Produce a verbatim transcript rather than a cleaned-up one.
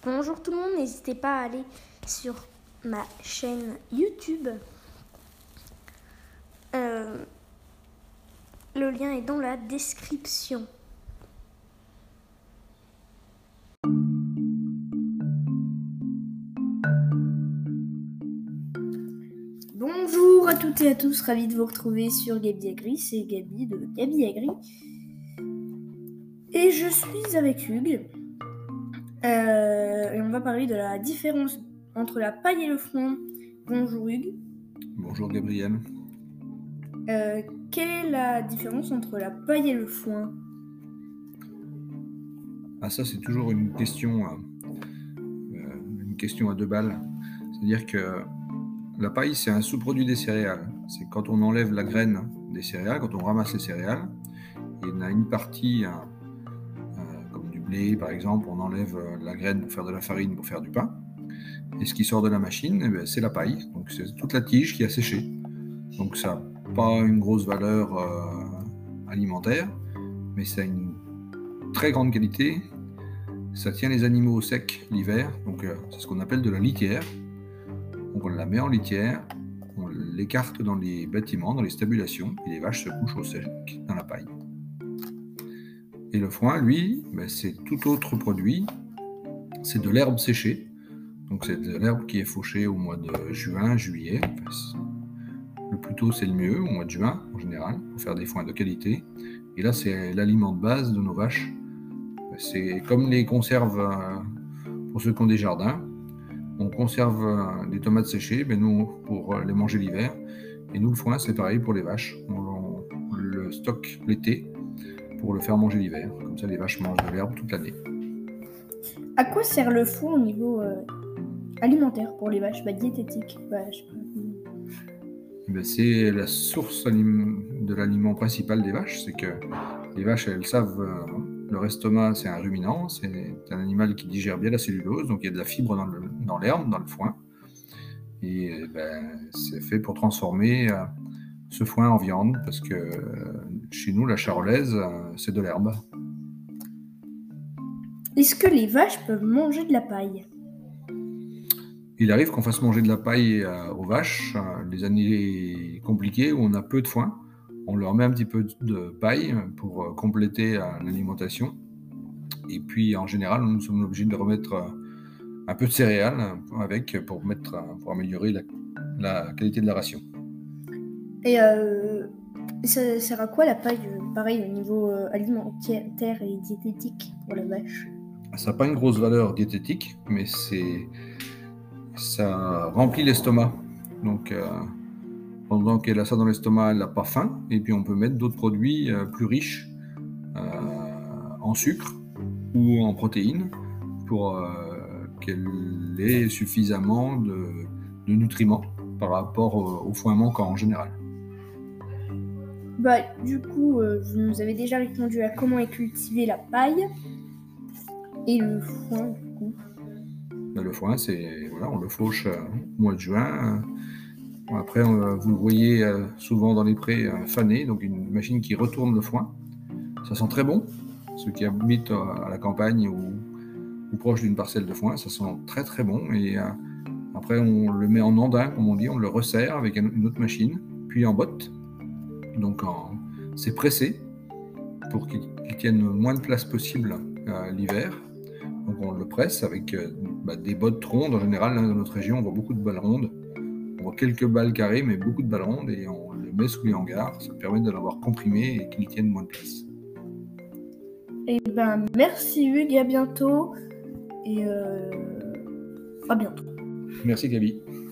Bonjour tout le monde, n'hésitez pas à aller sur ma chaîne YouTube. Euh, le lien est dans la description. Bonjour à toutes et à tous, ravi de vous retrouver sur Gabi Agri, c'est Gabi de Gabi Agri. Et je suis avec Hugues. Euh, et on va parler de la différence entre la paille et le foin. Bonjour Hugues. Bonjour Gabriel. Euh, quelle est la différence entre la paille et le foin ? Ah ça c'est toujours une question, euh, une question à deux balles. C'est-à-dire que la paille c'est un sous-produit des céréales. C'est quand on enlève la graine des céréales, quand on ramasse les céréales, il y en a une partie, euh, euh, comme du blé par exemple, on enlève la graine pour faire de la farine, pour faire du pain. Et ce qui sort de la machine, eh bien, c'est la paille. Donc c'est toute la tige qui a séché. Donc ça n'a pas une grosse valeur euh, alimentaire, mais ça a une très grande qualité. Ça tient les animaux au sec l'hiver, donc euh, c'est ce qu'on appelle de la litière. Donc on la met en litière, on l'écarte dans les bâtiments, dans les stabulations, et les vaches se couchent au sec dans la paille. Et le foin, lui, ben, c'est tout autre produit. C'est de l'herbe séchée. Donc c'est de l'herbe qui est fauchée au mois de juin, juillet. Enfin, le plus tôt c'est le mieux, au mois de juin en général, pour faire des foins de qualité. Et là c'est l'aliment de base de nos vaches. C'est comme les conserves pour ceux qui ont des jardins. On conserve des tomates séchées, ben nous, pour les manger l'hiver. Et nous, le foin, c'est pareil pour les vaches. On, on le stocke l'été pour le faire manger l'hiver. Comme ça, les vaches mangent de l'herbe toute l'année. À quoi sert le foin au niveau euh, alimentaire pour les vaches, bah, diététique bah, je sais pas. Ben, c'est la source de l'aliment principal des vaches. C'est que les vaches, elles savent... Euh, leur estomac, c'est un ruminant, c'est un animal qui digère bien la cellulose, donc il y a de la fibre dans, le, dans l'herbe, dans le foin. Et ben, c'est fait pour transformer euh, ce foin en viande, parce que euh, chez nous, la charolaise, euh, c'est de l'herbe. Est-ce que les vaches peuvent manger de la paille ? Il arrive qu'on fasse manger de la paille euh, aux vaches. Euh, les années compliquées où on a peu de foin, on leur met un petit peu de paille pour euh, compléter euh, l'alimentation. Et puis, en général, nous sommes obligés de remettre euh, un peu de céréales avec pour, mettre, pour améliorer la, la qualité de la ration. Et euh, ça sert à quoi la paille, pareil au niveau euh, alimentaire et diététique pour la vache ? Ça n'a pas une grosse valeur diététique, mais c'est, ça remplit l'estomac. Donc, euh, pendant qu'elle a ça dans l'estomac, elle n'a pas faim. Et puis, on peut mettre d'autres produits euh, plus riches euh, en sucre ou en protéines pour euh, qu'elle ait suffisamment de, de nutriments par rapport au, au foin manquant en général. Bah, du coup, euh, vous nous avez déjà répondu à comment est cultivée la paille et le foin, du coup. Ben, le foin, c'est voilà, on le fauche euh, au mois de juin. Euh, après, euh, vous le voyez euh, souvent dans les prés euh, fanés, donc une machine qui retourne le foin. Ça sent très bon. Ceux qui habitent euh, à la campagne ou, ou proche d'une parcelle de foin, ça sent très très bon. Et euh, après, on le met en andin, comme on dit, on le resserre avec une autre machine, puis en botte. Donc, en, c'est pressé pour qu'il, qu'il tienne le moins de place possible euh, l'hiver. Donc, on le presse avec euh, bah, des bottes rondes. En général, dans notre région, on voit beaucoup de balles rondes. On voit quelques balles carrées, mais beaucoup de balles rondes, et on le met sous les hangars. Ça permet de l'avoir comprimé et qu'il tienne moins de place. Et ben, merci Hugues, à bientôt. Et euh, à bientôt. Merci Gabi.